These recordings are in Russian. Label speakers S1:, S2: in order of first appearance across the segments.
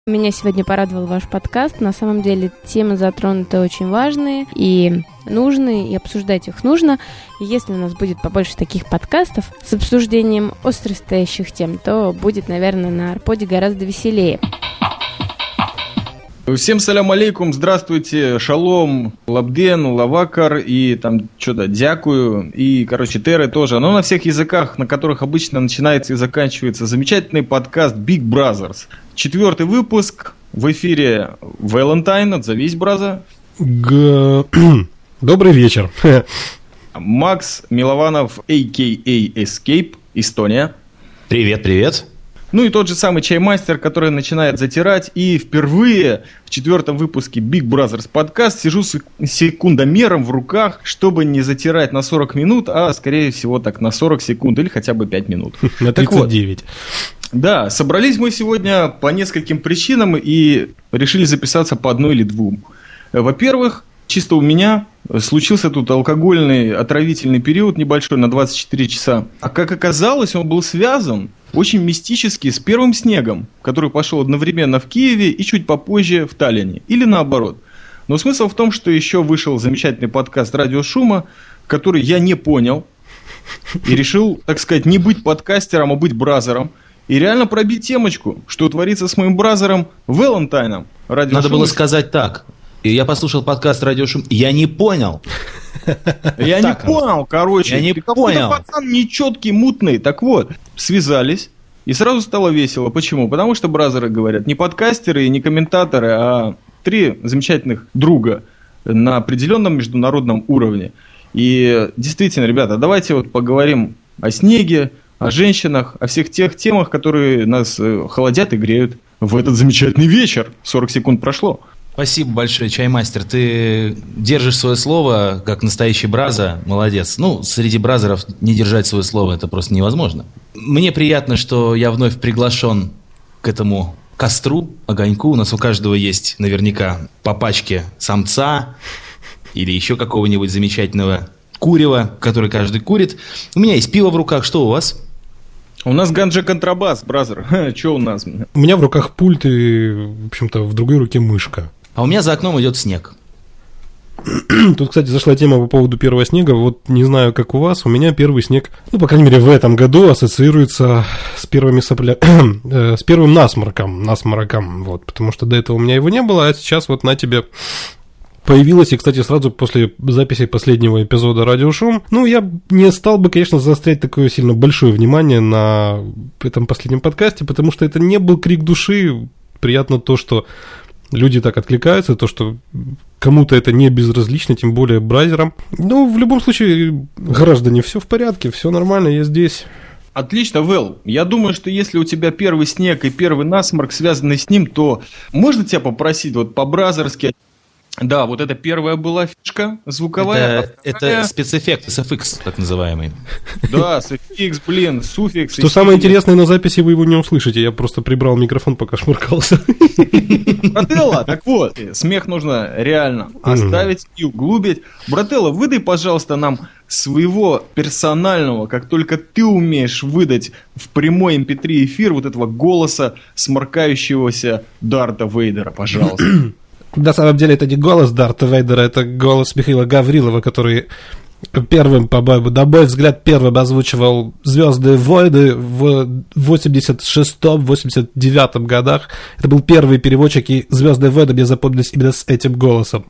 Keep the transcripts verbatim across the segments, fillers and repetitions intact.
S1: Меня сегодня порадовал ваш подкаст. На самом деле темы затронуты очень важные и нужные, и обсуждать их нужно. И если у нас будет побольше таких подкастов с обсуждением остростоящих тем, то будет, наверное, на Арподе гораздо веселее.
S2: Всем салям алейкум, здравствуйте, шалом, лабден, лавакар и там что-то дякую и, короче, теры тоже. Но на всех языках, на которых обычно начинается и заканчивается замечательный подкаст Big Brothers. Четвертый выпуск, в эфире Валентайн, отзовись, браза.
S3: Г... Добрый вечер.
S2: Макс Милованов, а ка а. Escape, Эстония.
S4: Привет, привет.
S2: Ну и тот же самый чаймастер, который начинает затирать. И впервые в четвертом выпуске Big Brothers подкаст сижу с секундомером в руках, чтобы не затирать на сорок минут, а скорее всего так на сорок секунд или хотя бы пять минут.
S3: На тридцать девять.
S2: Да, собрались мы сегодня по нескольким причинам и решили записаться по одной или двум. Во-первых, чисто у меня случился тут алкогольный отравительный период небольшой на двадцать четыре часа. А как оказалось, он был связан очень мистически с первым снегом, который пошел одновременно в Киеве и чуть попозже в Таллине. Или наоборот. Но смысл в том, что еще вышел замечательный подкаст «Радио Шума», который я не понял. И решил, так сказать, не быть подкастером, а быть бразером. И реально пробить темочку, что творится с моим бразером Валентайном.
S4: Надо было сказать так. И я послушал подкаст «Радио Шум». Я не понял.
S2: Я не понял, короче.
S4: Я не понял.
S2: Пацан нечеткий, мутный. Так вот, связались. И сразу стало весело. Почему? Потому что бразеры говорят не подкастеры и не комментаторы, а три замечательных друга на определенном международном уровне. И действительно, ребята, давайте вот поговорим о снеге, о женщинах, о всех тех темах, которые нас холодят и греют в этот замечательный вечер. сорок секунд прошло.
S4: Спасибо большое, чаймастер. Ты держишь свое слово, как настоящий браза. Молодец. Ну, среди бразеров не держать свое слово – это просто невозможно. Мне приятно, что я вновь приглашен к этому костру, огоньку. У нас у каждого есть наверняка по пачке самца или еще какого-нибудь замечательного курева, который каждый курит. У меня есть пиво в руках. Что у вас?
S2: У нас ганджа-контрабас, бразер. Что у нас?
S3: У меня в руках пульт и, в общем-то, в другой руке мышка.
S4: А у меня за окном идет снег.
S3: Тут, кстати, зашла тема по поводу первого снега. Вот не знаю, как у вас, у меня первый снег, ну, по крайней мере, в этом году ассоциируется с первыми сопля... с первым насморком, насморком, вот, потому что до этого у меня его не было, а сейчас вот на тебе появилось. И, кстати, сразу после записи последнего эпизода «Радио Шум», ну, я не стал бы, конечно, заострять такое сильно большое внимание на этом последнем подкасте, потому что это не был крик души. Приятно то, что люди так откликаются, то, что кому-то это не безразлично, тем более бразерам. Ну, в любом случае, граждане, все в порядке, все нормально, я здесь.
S2: Отлично, Вэл. Я думаю, что если у тебя первый снег и первый насморк связаны с ним, то можно тебя попросить вот по-бразерски. Да, вот это первая была фишка звуковая.
S4: Это, а вторая... это спецэффект, эс эф икс, так называемый.
S2: Да, эс эф икс, блин, суффикс.
S3: Что самое интересное, на записи вы его не услышите. Я просто прибрал микрофон, пока шмуркался.
S2: Брателло, так вот, смех нужно реально оставить и углубить. Брателло, выдай, пожалуйста, нам своего персонального, как только ты умеешь выдать в прямой эм пи три эфир вот этого голоса сморкающегося Дарта Вейдера, пожалуйста.
S3: На самом деле это не голос Дарта Вейдера, это голос Михаила Гаврилова, который первым, по-моему, на мой взгляд, первым озвучивал «Звездные войны» в восемьдесят шестом — восемьдесят девятом годах. Это был первый переводчик, и «Звездные войны» мне запомнились именно с этим голосом.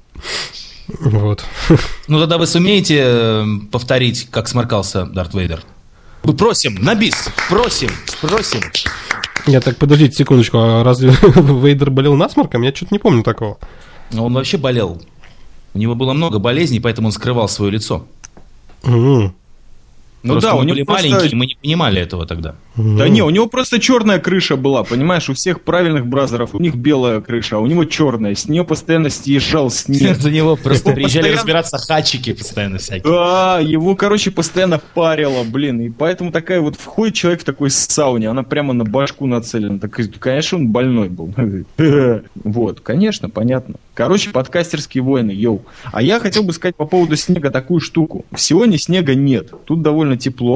S3: Вот.
S4: Ну, тогда вы сумеете повторить, как сморкался Дарт Вейдер? Мы просим, на бис, просим, просим.
S3: Я так, подождите секундочку, а разве Вейдер болел насморком? Я что-то не помню такого.
S4: Он вообще болел. У него было много болезней, поэтому он скрывал свое лицо.
S3: Mm-hmm.
S2: Ну
S4: просто
S2: да,
S4: мы
S2: у него
S4: были
S2: просто...
S4: маленькие, мы не понимали этого тогда.
S3: Mm-hmm.
S2: Да не, у него просто черная крыша была, понимаешь, у всех правильных бразеров, у них белая крыша, а у него черная, с нее постоянно съезжал снег.
S4: За него просто приезжали разбираться хатчики постоянно всякие.
S2: Да, его, короче, постоянно парило, блин, и поэтому такая вот, входит человек в такой сауне, она прямо на башку нацелена, так, конечно, он больной был. Вот, конечно, понятно. Короче, подкастерские войны, йоу. А я хотел бы сказать по поводу снега такую штуку. Сегодня снега нет, тут довольно тепло.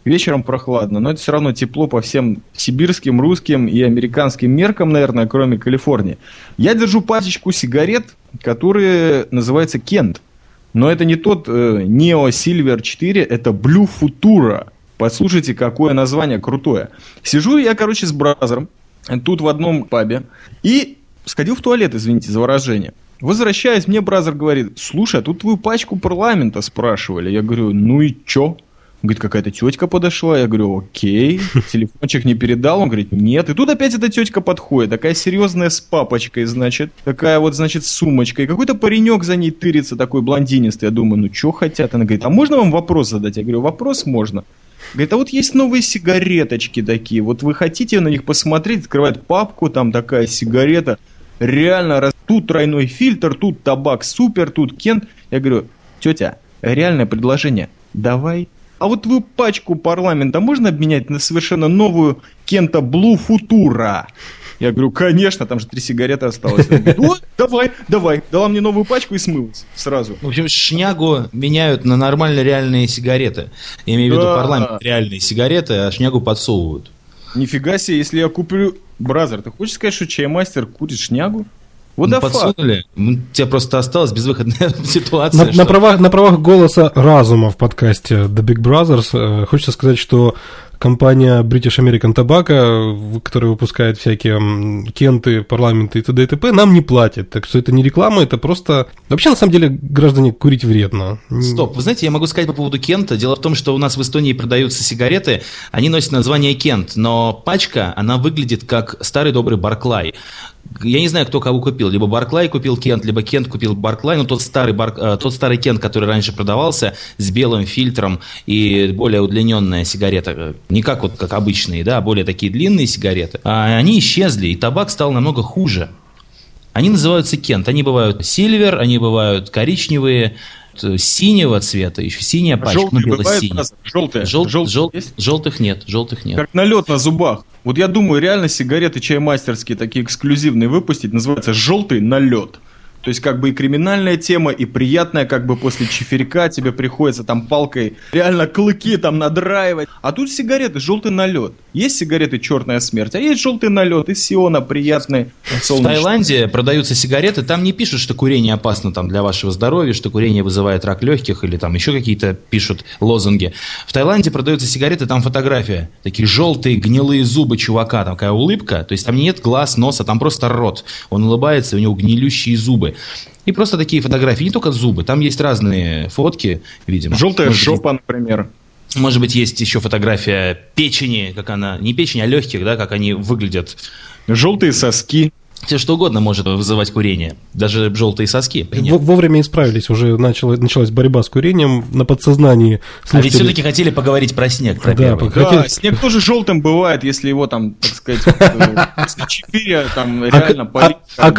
S2: вечером прохладно, но это все равно тепло по всем сибирским, русским и американским меркам, наверное, кроме Калифорнии. Я держу пачечку сигарет, которые называются Кент. Но это не тот э, Neo Silver четыре, это Blue Futura. Послушайте, какое название крутое. Сижу я, короче, с бразером тут в одном пабе и сходил в туалет, извините за выражение. Возвращаясь, мне бразер говорит: слушай, а тут твою пачку парламента спрашивали. Я говорю: ну и чё? Он говорит: какая-то тетка подошла. Я говорю: окей. Телефончик не передал. Он говорит: нет. И тут опять эта тетка подходит, такая серьезная, с папочкой, значит. Такая вот, значит, с сумочкой. Какой-то паренек за ней тырится, такой блондинистый. Я думаю, ну чё хотят? Она говорит: а можно вам вопрос задать? Я говорю: вопрос можно. Говорит: а вот есть новые сигареточки такие. Вот вы хотите на них посмотреть? Открывает папку, там такая сигарета. Реально, тут тройной фильтр, тут табак супер, тут Кент. Я говорю: тетя, реальное предложение. Давай. А вот твою пачку парламента можно обменять на совершенно новую Кента Blue Futura? Я говорю: конечно, там же три сигареты осталось. Она говорит: о, давай, давай. Дала мне новую пачку и смылась сразу.
S4: В общем, шнягу меняют на нормально реальные сигареты. Я имею в виду, парламент реальные сигареты, а шнягу подсовывают.
S2: Нифига себе, если я куплю... Бразер, ты хочешь сказать, что чаймастер курит шнягу? Вот
S4: ну, подсунули. Тебе просто осталась безвыходная ситуация.
S3: На, что... на, правах, на правах голоса разума в подкасте The Big Brothers э, хочется сказать, что компания British American Tobacco, которая выпускает всякие кенты, парламенты и т.д. и т.п., нам не платит. Так что это не реклама, это просто... Вообще, на самом деле, граждане, курить вредно.
S4: Стоп, вы знаете, я могу сказать по поводу Кента. Дело в том, что у нас в Эстонии продаются сигареты, они носят название Кент, но пачка, она выглядит как старый добрый Барклай. Я не знаю, кто кого купил. Либо Барклай купил Кент, либо Кент купил Барклай. Но тот старый, бар, тот старый Кент, который раньше продавался, с белым фильтром и более удлиненная сигарета. Не как вот как обычные, да, а более такие длинные сигареты. А они исчезли, и табак стал намного хуже. Они называются Кент. Они бывают сильвер, они бывают коричневые, синего цвета, еще синяя пачка,
S2: желтые
S4: ну бело-синяя.
S2: Желтые,
S4: Жел,
S2: желтые
S4: жел, желтых нет, желтых нет.
S2: Как налет на зубах. Вот я думаю, реально сигареты чаймастерские, такие эксклюзивные выпустить, называется «желтый налет». То есть как бы и криминальная тема, и приятная, как бы после чиферька тебе приходится там палкой реально клыки там надраивать. А тут сигареты «желтый налет». Есть сигареты «черная смерть», а есть «желтый налет» из сиона приятный.
S4: В Таиланде продаются сигареты, там не пишут, что курение опасно там, для вашего здоровья, что курение вызывает рак легких или там еще какие-то пишут лозунги. В Таиланде продаются сигареты, там фотография, такие желтые гнилые зубы чувака, там такая улыбка, то есть там нет глаз, носа, там просто рот. Он улыбается, у него гнилющие зубы. И просто такие фотографии, не только зубы, там есть разные фотки, видимо.
S2: Желтая
S4: может
S2: жопа,
S4: быть,
S2: например.
S4: Может быть, есть еще фотография печени, как она, не печени, а легких, да, как они выглядят.
S2: Желтые соски.
S4: Все что угодно может вызывать курение, даже желтые соски.
S3: Вовремя исправились, уже начала, началась борьба с курением на подсознании. Слушатели...
S4: А ведь все-таки хотели поговорить про снег, про
S3: да,
S4: первый.
S2: Да,
S3: хотели...
S2: снег тоже желтым бывает, если его там, так сказать, после чифиря там реально полить.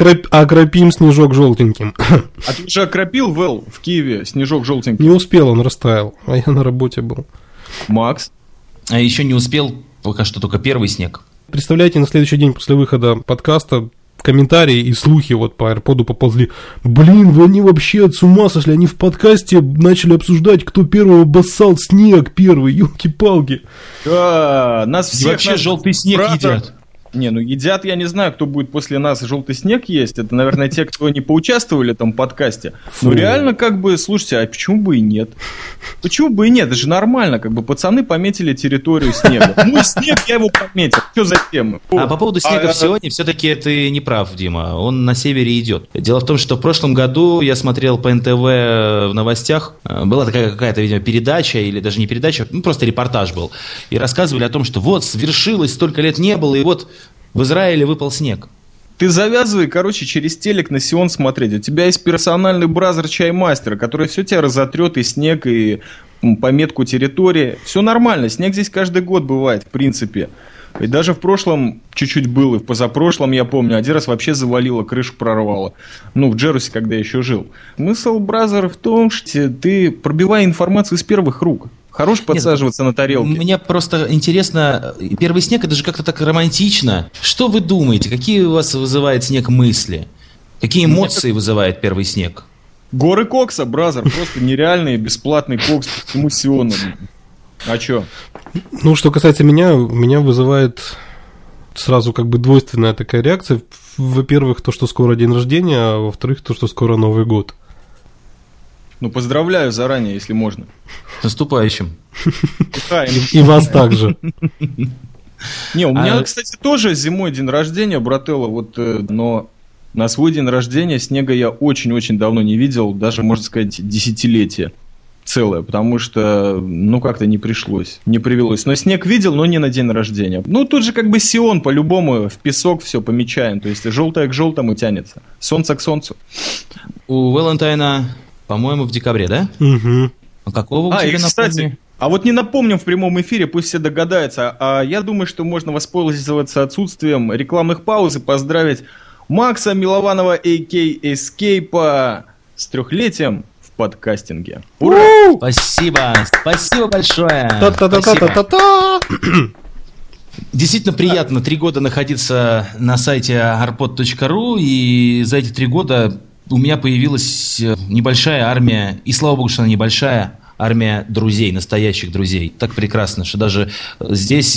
S3: Окропим снежок желтеньким.
S2: А ты уже окропил, Вэл, в Киеве снежок желтенький?
S3: Не успел, он растаял, а я на работе был.
S2: Макс?
S4: А еще не успел, пока что только первый снег.
S3: Представляете, на следующий день после выхода подкаста комментарии и слухи вот по AirPod'у поползли. Блин, вы они вообще от с ума сошли, они в подкасте начали обсуждать, кто первого обоссал снег первый, елки-палки.
S2: Да, нас всех...
S4: И вообще желтый снег
S2: брата...
S4: едят.
S2: Не, ну едят, я не знаю, кто будет после нас желтый снег есть. Это, наверное, те, кто не поучаствовали в этом подкасте.
S3: Фу.
S2: Ну реально, как бы, слушайте, а почему бы и нет? Почему бы и нет? Это же нормально, как бы пацаны пометили территорию снега. Ну, снег я его пометил. Что за тема?
S4: А по поводу снега
S2: а,
S4: в Сионе, все-таки ты не прав, Дима. Он на севере идет. Дело в том, что в прошлом году я смотрел по эн тэ вэ в новостях. Была такая какая-то, видимо, передача, или даже не передача, ну просто репортаж был. И рассказывали о том, что вот, свершилось, столько лет не было, и вот в Израиле выпал снег.
S2: Ты завязывай, короче, через телек на Сион смотреть. У тебя есть персональный бразер чаймастера, который все тебя разотрет, и снег, и пометку территории. Все нормально, снег здесь каждый год бывает, в принципе. И даже в прошлом чуть-чуть был, и в позапрошлом, я помню, один раз вообще завалило, крышу прорвало. Ну, в Джерусе, когда я еще жил. Смысл бразера в том, что ты пробивай информацию из первых рук. Хорош подсаживаться
S4: Нет,
S2: на тарелке.
S4: Мне просто интересно, первый снег, это же как-то так романтично. Что вы думаете, какие у вас вызывает снег мысли? Какие эмоции Нет. вызывает первый снег?
S2: Горы кокса, бразер, просто нереальный бесплатный кокс по всему Сиону. А чё?
S3: Ну, что касается меня, меня вызывает сразу как бы двойственная такая реакция. Во-первых, то, что скоро день рождения, а во-вторых, то, что скоро Новый год.
S2: Ну, поздравляю заранее, если можно.
S4: С наступающим.
S3: И, и вас также.
S2: Не, у меня,
S4: А...
S2: кстати, тоже зимой день рождения, брателло, вот, но на свой день рождения снега я очень-очень давно не видел, даже, можно сказать, десятилетие целое, потому что, ну, как-то не пришлось, не привелось. Но снег видел, но не на день рождения. Ну, тут же как бы Сион, по-любому, в песок все помечаем, то есть желтое к желтому тянется, солнце к солнцу.
S4: У Валентайна, по-моему, в декабре, да?
S3: Угу.
S4: А какого у
S2: а,
S4: тебя,
S2: и, кстати,
S4: напомни?
S2: а вот не напомним в прямом эфире, пусть все догадаются, а я думаю, что можно воспользоваться отсутствием рекламных пауз и поздравить Макса Милованова, а.к.а. Escape, с трехлетием в подкастинге. Ура!
S4: Спасибо, спасибо большое.
S3: Та-та-та-та-та-та-та!
S4: Действительно приятно три года находиться на сайте арпод точка ру, и за эти три года у меня появилась небольшая армия, и слава богу, что она небольшая, армия друзей, настоящих друзей. Так прекрасно, что даже здесь,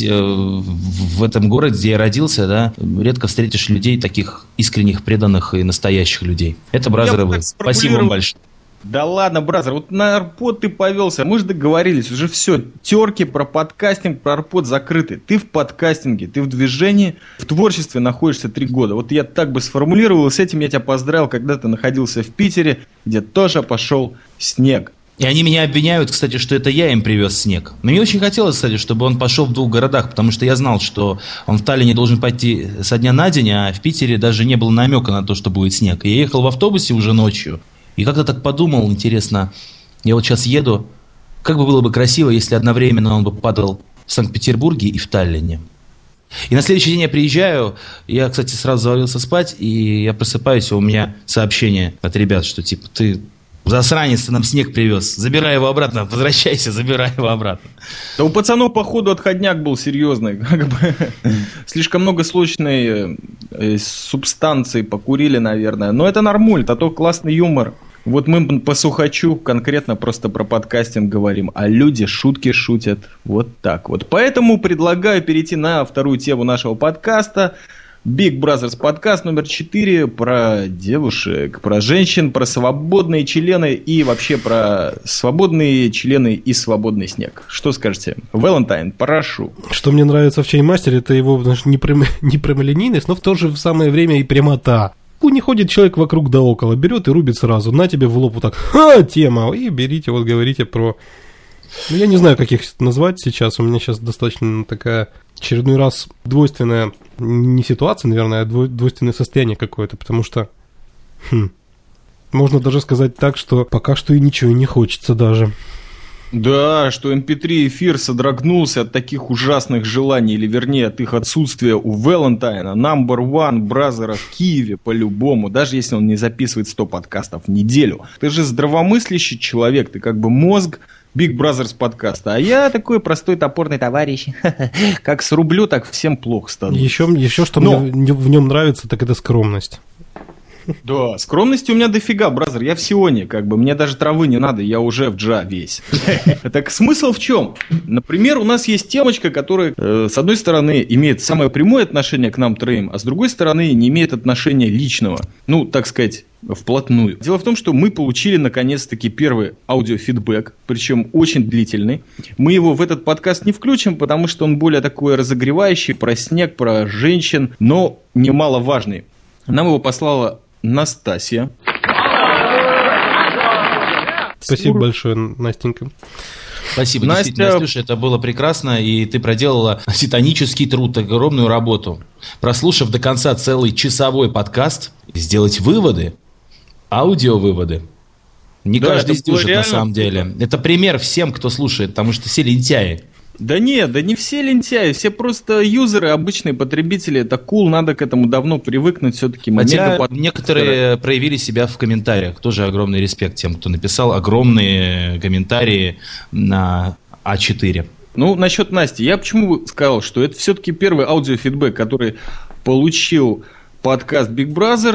S4: в этом городе, где я родился, да, редко встретишь людей таких искренних, преданных и настоящих людей. Это бразеры вы. Спасибо вам большое.
S2: Да ладно, бразер, вот на Арпод ты повелся, мы же договорились, уже все, терки про подкастинг, про Арпод закрыты. Ты в подкастинге, ты в движении, в творчестве находишься три года. Вот я так бы сформулировал, и с этим я тебя поздравил, когда ты находился в Питере, где тоже пошел снег.
S4: И они меня обвиняют, кстати, что это я им привез снег. Но мне очень хотелось, кстати, чтобы он пошел в двух городах, потому что я знал, что он в Таллине должен пойти со дня на день, а в Питере даже не было намека на то, что будет снег. И я ехал в автобусе уже ночью, и как-то так подумал, интересно, я вот сейчас еду, как бы было бы красиво, если одновременно он бы падал в Санкт-Петербурге и в Таллине. И на следующий день я приезжаю, я, кстати, сразу завалился спать, и я просыпаюсь, и у меня сообщение от ребят, что типа ты... Засранец, ты нам снег привез. Забирай его обратно, возвращайся, забирай его обратно.
S2: Да у пацанов, походу, отходняк был серьезный. Как бы, слишком много сложной э, субстанции покурили, наверное. Но это нормуль, а то классный юмор. Вот мы по Сухачу конкретно просто про подкастинг говорим, а люди шутки шутят. Вот так вот. Поэтому предлагаю перейти на вторую тему нашего подкаста. Big Brothers подкаст номер четыре про девушек, про женщин, про свободные члены и вообще про свободные члены и свободный снег. Что скажете? Валентайн, прошу.
S3: Что мне нравится в Чаймастере, это его непрямолинейность, но в то же самое время и прямота. Не ходит человек вокруг да около, берет и рубит сразу, на тебе в лоб вот так, ха, тема, и берите, вот говорите про... Ну, я не знаю, как их назвать сейчас, у меня сейчас достаточно такая очередной раз двойственная, не ситуация, наверное, а двойственное состояние какое-то, потому что, хм, можно даже сказать так, что пока что и ничего не хочется даже.
S2: Да, что эм пи три эфир содрогнулся от таких ужасных желаний, или вернее от их отсутствия у Валентайна, number one бразера в Киеве по-любому, даже если он не записывает сто подкастов в неделю. Ты же здравомыслящий человек, ты как бы мозг Big Brothers подкаста, а я такой простой топорный товарищ. Как срублю, так всем плохо станет.
S3: Еще, еще что Но... мне в нем нравится, так это скромность.
S2: Да, скромности у меня дофига, бразер, я в Сионе, как бы, мне даже травы не надо, я уже в джа весь. Так смысл в чем? Например, у нас есть темочка, которая, э, с одной стороны, имеет самое прямое отношение к нам троим, а с другой стороны, не имеет отношения личного, ну, так сказать, вплотную. Дело в том, что мы получили, наконец-таки, первый аудиофидбэк, причем очень длительный. Мы его в этот подкаст не включим, потому что он более такой разогревающий, про снег, про женщин, но немаловажный. Нам его послала Настасья.
S3: Спасибо большое, Настенька.
S4: Спасибо,
S2: Настя...
S4: действительно, Настюша, это было прекрасно, и ты проделала титанический труд, огромную работу. Прослушав до конца целый часовой подкаст, сделать выводы, аудиовыводы. Не
S2: да,
S4: каждый сдюжит
S2: реально...
S4: на самом деле. Это пример всем, кто слушает, потому что все лентяи.
S2: Да нет, да не все лентяи, все просто юзеры, обычные потребители, это кул, надо к этому давно привыкнуть все-таки.
S4: Хотя под... некоторые проявили себя в комментариях, тоже огромный респект тем, кто написал огромные комментарии на а четыре.
S2: Ну, насчет Насти, я почему сказал, что это все-таки первый аудиофидбэк, который получил подкаст Big Brothers,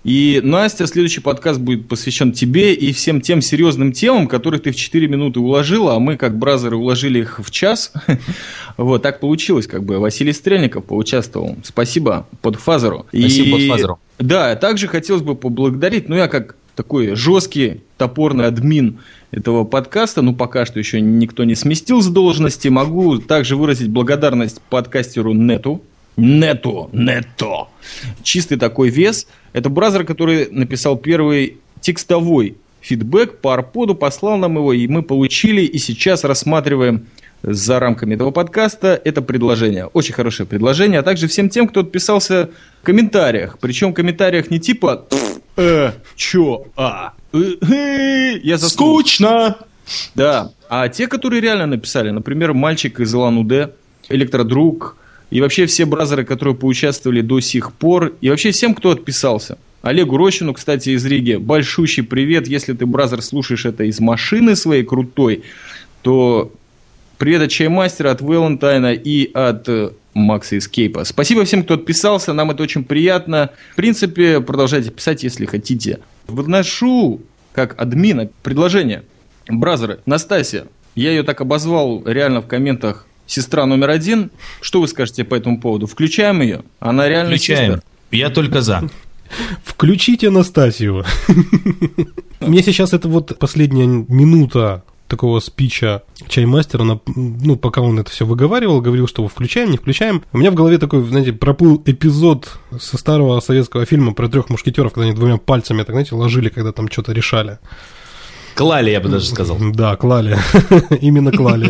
S2: И, Настя, следующий подкаст будет посвящен тебе и всем тем серьезным темам, которые ты в четыре минуты уложила, а мы, как бразеры, уложили их в час. Вот, так получилось, как бы. Василий Стрельников поучаствовал. Спасибо Подфазеру.
S4: Спасибо Подфазеру.
S2: Да, также хотелось бы поблагодарить, ну, я как такой жесткий, топорный админ этого подкаста, ну, пока что еще никто не сместил с должности, могу также выразить благодарность подкастеру Нету. Нету, Нето. Чистый такой вес. Это бразер, который написал первый текстовой фидбэк по Арподу, послал нам его, и мы получили, и сейчас рассматриваем за рамками этого подкаста это предложение. Очень хорошее предложение, а также всем тем, кто отписался в комментариях. Причем в комментариях не типа «Э, чё, а, э, э, я заснул».
S4: Скучно!
S2: Да, а те, которые реально написали, например, мальчик из Улан-Удэ, Электродруг, и вообще все бразеры, которые поучаствовали до сих пор, и вообще всем, кто отписался. Олегу Рощину, кстати, из Риги, большущий привет. Если ты, бразер, слушаешь это из машины своей крутой, то привет от Чаймастера, от Валентайна и от э, Макса Эскейпа. Спасибо всем, кто отписался, нам это очень приятно. В принципе, продолжайте писать, если хотите. Выношу, как админа, предложение. Бразеры, Настасья, я ее так обозвал реально в комментах, сестра номер один. Что вы скажете по этому поводу? Включаем ее? Она реально
S4: Включаем.
S2: сестра?
S4: Я только за.
S3: Включите Настасью. Мне сейчас это вот последняя минута такого спича Чаймастера, на, ну, пока он это все выговаривал, говорил, что включаем, не включаем. У меня в голове такой, знаете, проплыл эпизод со старого советского фильма про трех мушкетеров, когда они двумя пальцами, так, знаете, ложили, когда там что-то решали.
S4: Клали, я бы даже сказал.
S3: Да, клали. Именно клали.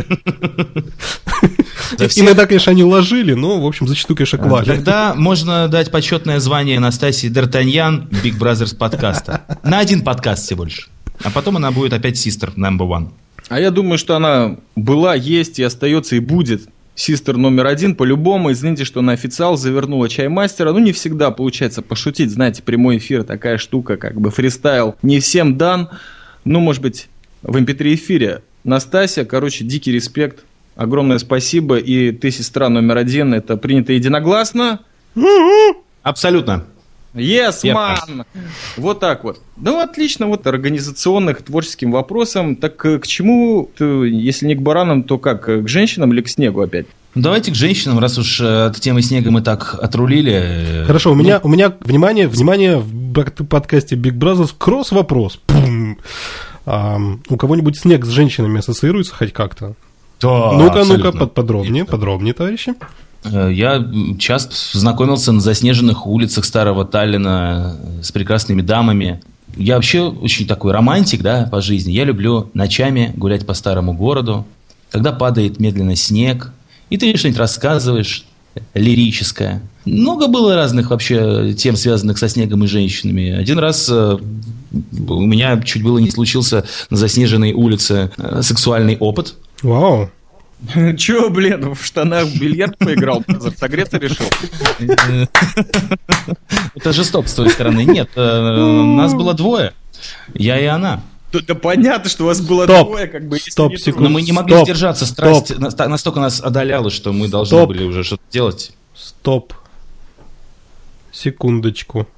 S3: Иногда, конечно, они ложили, но, в общем, зачастую, конечно, клали.
S4: Тогда можно дать почетное звание Настасье Д'Артаньян Big Brothers подкаста. На один подкаст всего лишь. А потом она будет опять sister number one.
S2: А я думаю, что она была, есть и остается, и будет систер номер один по-любому. Извините, что на официал завернула Чаймастера. Ну, не всегда получается пошутить. Знаете, прямой эфир такая штука, как бы фристайл не всем дан. Ну, может быть, в эм пэ три эфире. Настасья, короче, дикий респект. Огромное спасибо. И ты, сестра номер один, это принято единогласно.
S4: Абсолютно.
S2: Yes,
S4: Я
S2: man!
S4: прав.
S2: Вот так вот. Ну, отлично, вот организационных, творческим вопросам. Так к чему, если не к баранам, то как, к женщинам или к снегу опять?
S4: Давайте к женщинам, раз уж от темы снега мы так отрулили.
S3: Хорошо, у меня, у меня, внимание, внимание, в подкасте Big Brothers кросс-вопрос. А, у кого-нибудь снег с женщинами ассоциируется хоть как-то?
S4: Да,
S3: ну-ка,
S4: абсолютно.
S3: ну-ка, подробнее, подробнее, товарищи.
S4: Я часто знакомился на заснеженных улицах старого Таллина с прекрасными дамами. Я вообще очень такой романтик, да, по жизни. Я люблю ночами гулять по старому городу, когда падает медленно снег, и ты что-нибудь рассказываешь лирическое. Много было разных вообще тем, связанных со снегом и женщинами. Один раз э, у меня чуть было не случился на заснеженной улице э, сексуальный опыт.
S3: Вау.
S2: Че, блин, в штанах в бильярд поиграл, согреться решил?
S4: Это жестоко с твоей стороны. Нет, нас было двое. Я и она.
S2: Да понятно, что у вас было
S3: Стоп.
S2: двое, как бы.
S3: Стоп,
S2: не
S3: секунду.
S4: Но мы не могли
S3: Стоп.
S4: сдержаться. Страсть
S3: Стоп.
S4: наста- настолько нас одоляла, что мы должны
S3: Стоп.
S4: были уже что-то делать.
S3: Стоп. Секундочку.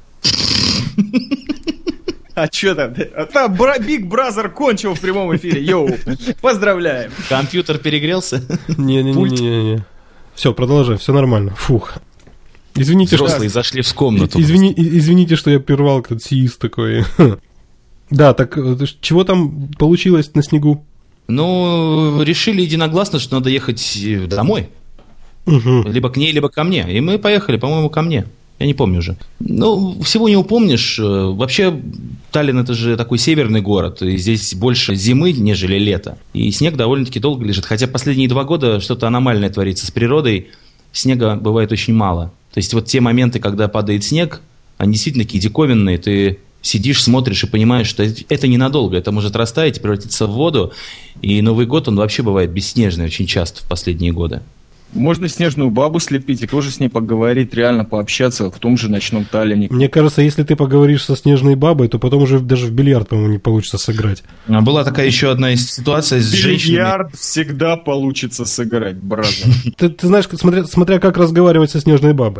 S2: А что там? А там Big Brother кончил в прямом эфире. Йоу, поздравляем.
S4: Компьютер перегрелся.
S3: Не-не-не-не. Все, продолжай, все нормально. Фух. Извините,
S4: Взрослые
S3: что...
S4: зашли в комнату.
S3: Извини, извините, что я прервал этот сиист такой. Да, так чего там получилось на снегу?
S4: Ну, решили единогласно, что надо ехать домой.
S3: Угу.
S4: Либо к ней, либо ко мне. И мы поехали, по-моему, ко мне. Я не помню уже. Ну, всего не упомнишь. Вообще, Таллин — это же такой северный город. И здесь больше зимы, нежели лета. И снег довольно-таки долго лежит. Хотя последние два года что-то аномальное творится с природой. Снега бывает очень мало. То есть вот те моменты, когда падает снег, они действительно такие диковинные. Ты сидишь, смотришь и понимаешь, что это ненадолго. Это может растаять, превратиться в воду. И Новый год, он вообще бывает бесснежный очень часто в последние годы.
S2: Можно снежную бабу слепить и тоже с ней поговорить, реально пообщаться в том же ночном Таллине.
S3: Мне кажется, если ты поговоришь со снежной бабой, то потом уже даже в бильярд, по-моему, не получится сыграть.
S4: А была такая еще одна ситуация с женщиной.
S2: Бильярд всегда получится сыграть, брат.
S3: Ты, ты знаешь, смотря, смотря как разговаривать со снежной бабой.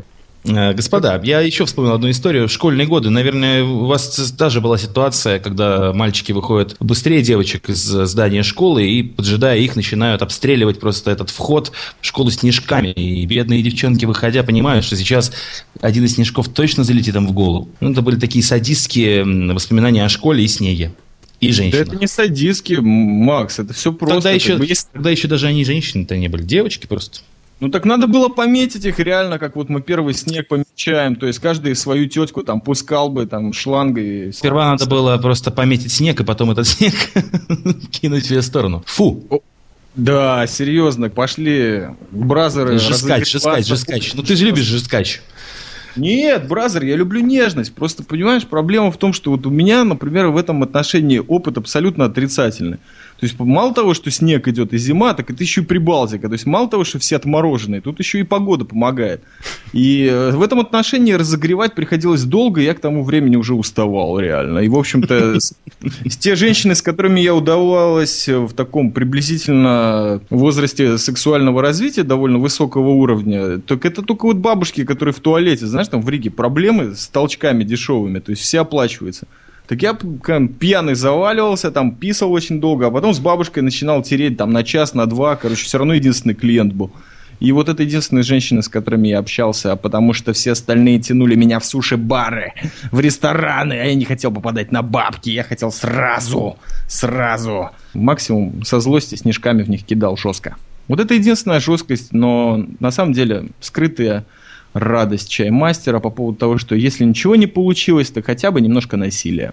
S4: Господа, я еще вспомнил одну историю. В школьные годы, наверное, у вас даже была ситуация, когда мальчики выходят быстрее девочек из здания школы и, поджидая их, начинают обстреливать просто этот вход в школу снежками. И бедные девчонки, выходя, понимают, что сейчас один из снежков точно залетит им в голову. Ну, это были такие садистские воспоминания о школе и снеге. И женщины.
S2: Да это не садистские, Макс, это все просто.
S4: Тогда еще,
S2: бы, есть...
S4: тогда еще даже они женщины-то не были, девочки просто.
S2: Ну так надо было пометить их реально, как вот мы первый снег помечаем. То есть каждый свою тетку там пускал бы там шлангой.
S4: Сперва надо было просто пометить снег, и потом этот снег кинуть в ее сторону. Фу!
S2: Да, серьезно, пошли бразеры.
S4: Жескач, жескач, жескач. Ну ты же любишь жескач.
S2: Нет, бразер, я люблю нежность. Просто, понимаешь, проблема в том, что вот у меня, например, в этом отношении опыт абсолютно отрицательный. То есть, мало того, что снег идет и зима, так это еще и Прибалтика. То есть, мало того, что все отмороженные, тут еще и погода помогает. И в этом отношении разогревать приходилось долго, и я к тому времени уже уставал реально. И, в общем-то, те женщины, с которыми я удавалось в таком приблизительно возрасте сексуального развития, довольно высокого уровня, так это только вот бабушки, которые в туалете, знаешь, там в Риге проблемы с толчками дешевыми, то есть все оплачивается. Так я пьяный заваливался, там писал очень долго, а потом с бабушкой начинал тереть там на час, на два, короче, все равно единственный клиент был. И вот это единственные женщины, с которыми я общался, а потому что все остальные тянули меня в суши-бары, в рестораны, а я не хотел попадать на бабки, я хотел сразу, сразу. Максимум со злости снежками в них кидал жестко. Вот это единственная жесткость, но на самом деле скрытая радость чаймастера по поводу того, что если ничего не получилось, то хотя бы немножко насилия.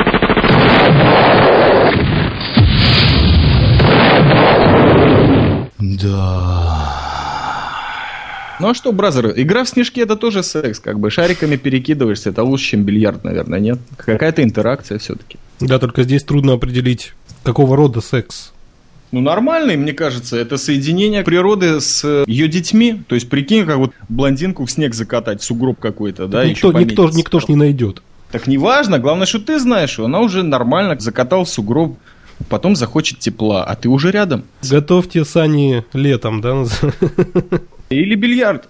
S4: Да.
S2: Ну а что, бразер, игра в снежки — это тоже секс, как бы шариками перекидываешься, это лучше, чем бильярд, наверное, нет? Какая-то интеракция все-таки.
S3: Да, только здесь трудно определить, какого рода секс.
S2: Ну, нормальный, мне кажется, это соединение природы с ее детьми. То есть, прикинь, как вот блондинку в снег закатать, в сугроб какой-то, да,
S3: никто,
S2: еще
S3: никто, никто ж не найдет.
S2: Так не важно, главное, что ты знаешь, что она уже нормально закатала в сугроб, потом захочет тепла, а ты уже рядом.
S3: Готовьте сани летом, да?
S2: Или бильярд.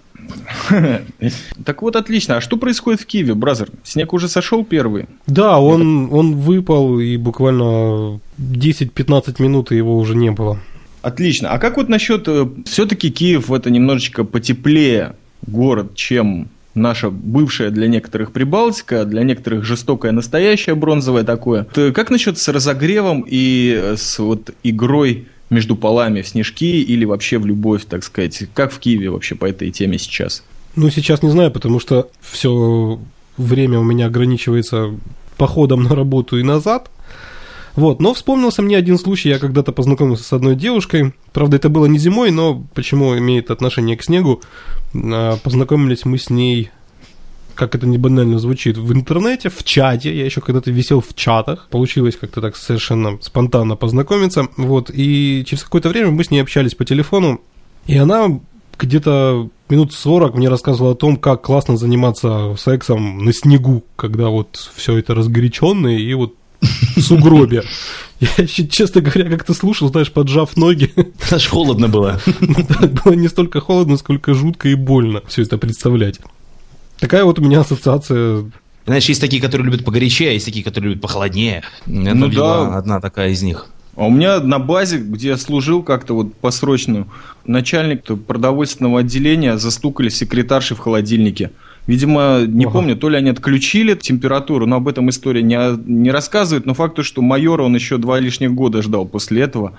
S2: Так вот, отлично. А что происходит в Киеве, бразер? Снег уже сошел первый?
S3: Да, он, он выпал, и буквально десять-пятнадцать минут его уже не было.
S2: Отлично. А как вот насчет... Все-таки Киев это немножечко потеплее город, чем наша бывшая для некоторых Прибалтика, для некоторых жестокая настоящая бронзовая такое. То как насчет с разогревом и с вот игрой между полами в снежки или вообще в любовь, так сказать? Как в Киеве вообще по этой теме сейчас?
S3: Ну, сейчас не знаю, потому что все время у меня ограничивается походом на работу и назад. Вот, но вспомнился мне один случай, я когда-то познакомился с одной девушкой, правда, это было не зимой, но почему имеет отношение к снегу, познакомились мы с ней, как это не банально звучит, в интернете, в чате, я еще когда-то висел в чатах, получилось как-то так совершенно спонтанно познакомиться, вот, и через какое-то время мы с ней общались по телефону, и она где-то минут сорок мне рассказывала о том, как классно заниматься сексом на снегу, когда вот все это разгоряченное и вот в сугробе. Я, честно говоря, как-то слушал, знаешь, поджав ноги.
S4: Аж холодно было.
S3: Было не столько холодно, сколько жутко и больно все это представлять. Такая вот у меня ассоциация.
S4: Знаешь, есть такие, которые любят погорячее, а есть такие, которые любят похолоднее. Это ну, была да. одна такая из них.
S2: А у меня на базе, где я служил как-то вот посрочно, начальник продовольственного отделения застукали секретарши в холодильнике. Видимо, не ага. помню, то ли они отключили температуру, но об этом история не, не рассказывает. Но факт, что майора он еще два лишних года ждал после этого.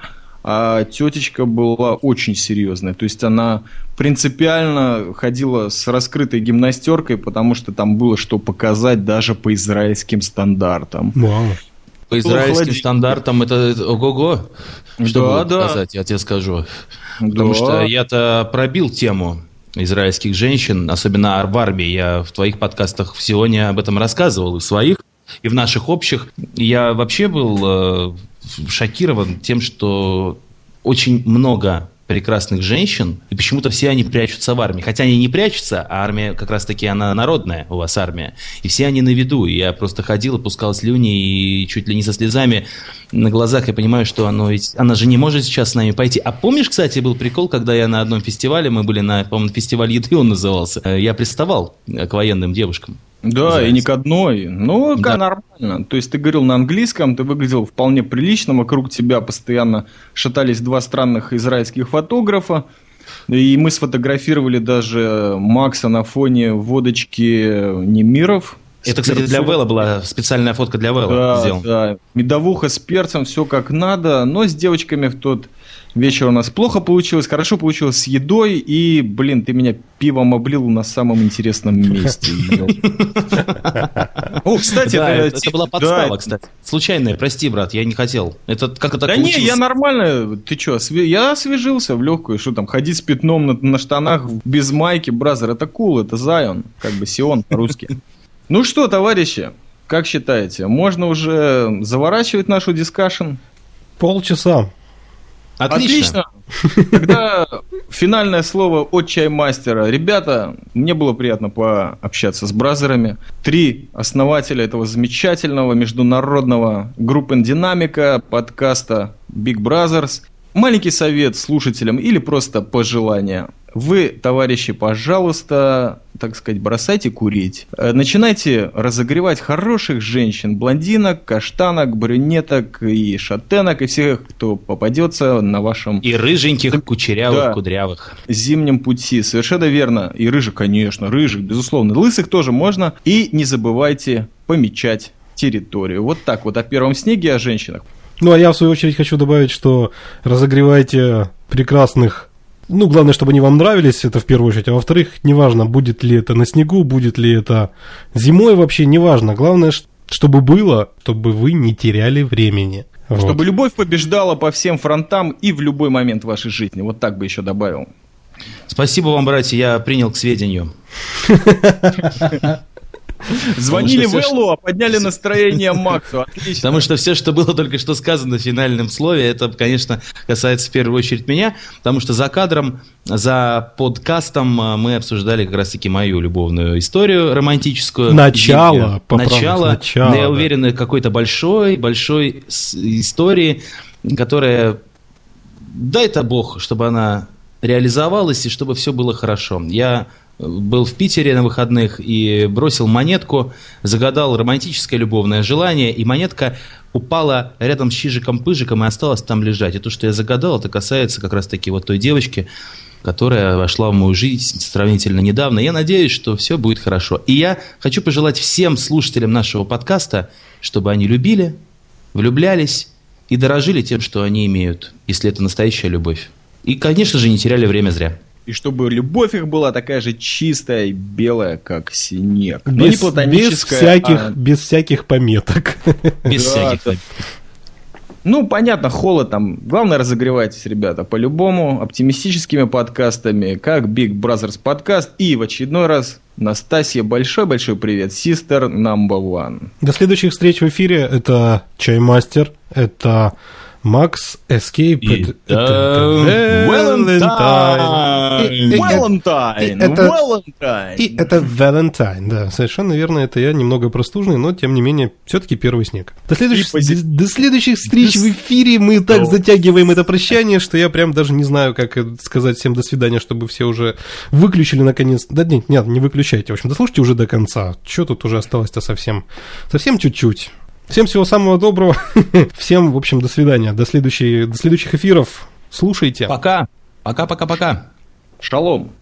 S2: А тетечка была очень серьезная. То есть она принципиально ходила с раскрытой гимнастеркой, потому что там было что показать даже по израильским стандартам.
S3: Вау.
S4: По израильским стандартам это ого-го. Что
S2: да,
S4: было
S2: да.
S4: показать, я тебе скажу. Потому да. что я-то пробил тему израильских женщин, особенно в армии. Я в твоих подкастах сегодня об этом рассказывал, и в своих, и в наших общих. Я вообще был э, шокирован тем, что очень много прекрасных женщин, и почему-то все они прячутся в армии. Хотя они не прячутся, а армия как раз-таки она народная, у вас армия. И все они на виду. И я просто ходил, опускал слюни, и чуть ли не со слезами на глазах я понимаю, что оно ведь, она же не может сейчас с нами пойти. А помнишь, кстати, был прикол, когда я на одном фестивале, мы были на, по-моему, фестиваль еды он назывался, я приставал к военным девушкам.
S2: Да, называется. И не к одной. Ну, да. Нормально. То есть ты говорил на английском, ты выглядел вполне прилично, вокруг тебя постоянно шатались два странных израильских фотографа, и мы сфотографировали даже Макса на фоне водочки Немиров.
S4: Это, кстати, для Вэлла была специальная фотка для Вэлла.
S2: Да,
S4: сделана.
S2: Да, медовуха с перцем, все как надо, но с девочками в тот вечер у нас плохо получилось, хорошо получилось с едой, и, блин, ты меня пивом облил на самом интересном месте.
S4: О, кстати, это была подстава, кстати. Случайная, прости, брат, я не хотел. Это как это
S2: Да не, я нормально, ты что, я освежился в легкую, что там, ходить с пятном на штанах без майки, бразер, это кул, это Зайон, как бы Сион по-русски. Ну что, товарищи, как считаете, можно уже заворачивать нашу дискашн?
S3: Полчаса.
S4: Отлично.
S2: Отлично. Тогда финальное слово от чаймастера. Ребята, мне было приятно пообщаться с бразерами. Три основателя этого замечательного международного группы Динамика, подкаста Big Brothers. Маленький совет слушателям или просто пожелание. Вы, товарищи, пожалуйста, так сказать, бросайте курить. Начинайте разогревать хороших женщин, блондинок, каштанок, брюнеток и шатенок, и всех, кто попадется на вашем...
S4: И рыженьких, кучерявых, да, кудрявых.
S2: Зимнем пути. Совершенно верно. И рыжих, конечно, рыжих, безусловно. Лысых тоже можно. И не забывайте помечать территорию. Вот так вот о первом снеге, о женщинах.
S3: Ну, а я, в свою очередь, хочу добавить, что разогревайте прекрасных. Ну, главное, чтобы они вам нравились, это в первую очередь. А во-вторых, неважно, будет ли это на снегу, будет ли это зимой, вообще неважно. Главное, чтобы было, чтобы вы не теряли времени. Вот.
S2: Чтобы любовь побеждала по всем фронтам и в любой момент вашей жизни. Вот так бы еще добавил.
S4: Спасибо вам, братья, я принял к сведению.
S2: Звонили Вэллу, а подняли настроение Максу. Отлично.
S4: Потому что все, что было только что сказано в финальном слове, это, конечно, касается в первую очередь меня, потому что за кадром, за подкастом мы обсуждали как раз-таки мою любовную историю романтическую.
S3: Начало.
S4: Начало. Начало. Я уверен, какой-то большой, большой истории, которая, дай-то Бог, чтобы она реализовалась и чтобы все было хорошо. Я был в Питере на выходных и бросил монетку, загадал романтическое любовное желание, и монетка упала рядом с Чижиком-Пыжиком и осталась там лежать. И то, что я загадал, это касается как раз-таки вот той девочки, которая вошла в мою жизнь сравнительно недавно. Я надеюсь, что все будет хорошо. И я хочу пожелать всем слушателям нашего подкаста, чтобы они любили, влюблялись и дорожили тем, что они имеют, если это настоящая любовь. И, конечно же, не теряли время зря.
S2: И чтобы любовь их была такая же чистая и белая, как снег.
S3: Но без, не платоническая, без всяких, а... без всяких пометок.
S4: Без всяких пометок.
S2: Ну, понятно, холод там. Главное, разогревайтесь, ребята, по-любому, оптимистическими подкастами, как Big Brothers подкаст. И в очередной раз, Настасья, большой-большой привет, Sister Number One.
S3: До следующих встреч в эфире. Это Чаймастер, это... Макс, Escape,
S2: и это Valentine. Valentine.
S3: И это Valentine, да, совершенно верно, это я немного простужный, но тем не менее, все-таки первый снег. До следующих, до, до следующих встреч в эфире, мы так затягиваем это прощание, что я прям даже не знаю, как сказать всем до свидания, чтобы все уже выключили наконец. Да нет, нет, не выключайте, в общем, дослушайте уже до конца. Что тут уже осталось-то совсем, совсем чуть-чуть. Всем всего самого доброго. Всем, в общем, до свидания. До, следующей, до следующих эфиров. Слушайте.
S4: Пока. Пока-пока-пока.
S2: Шалом.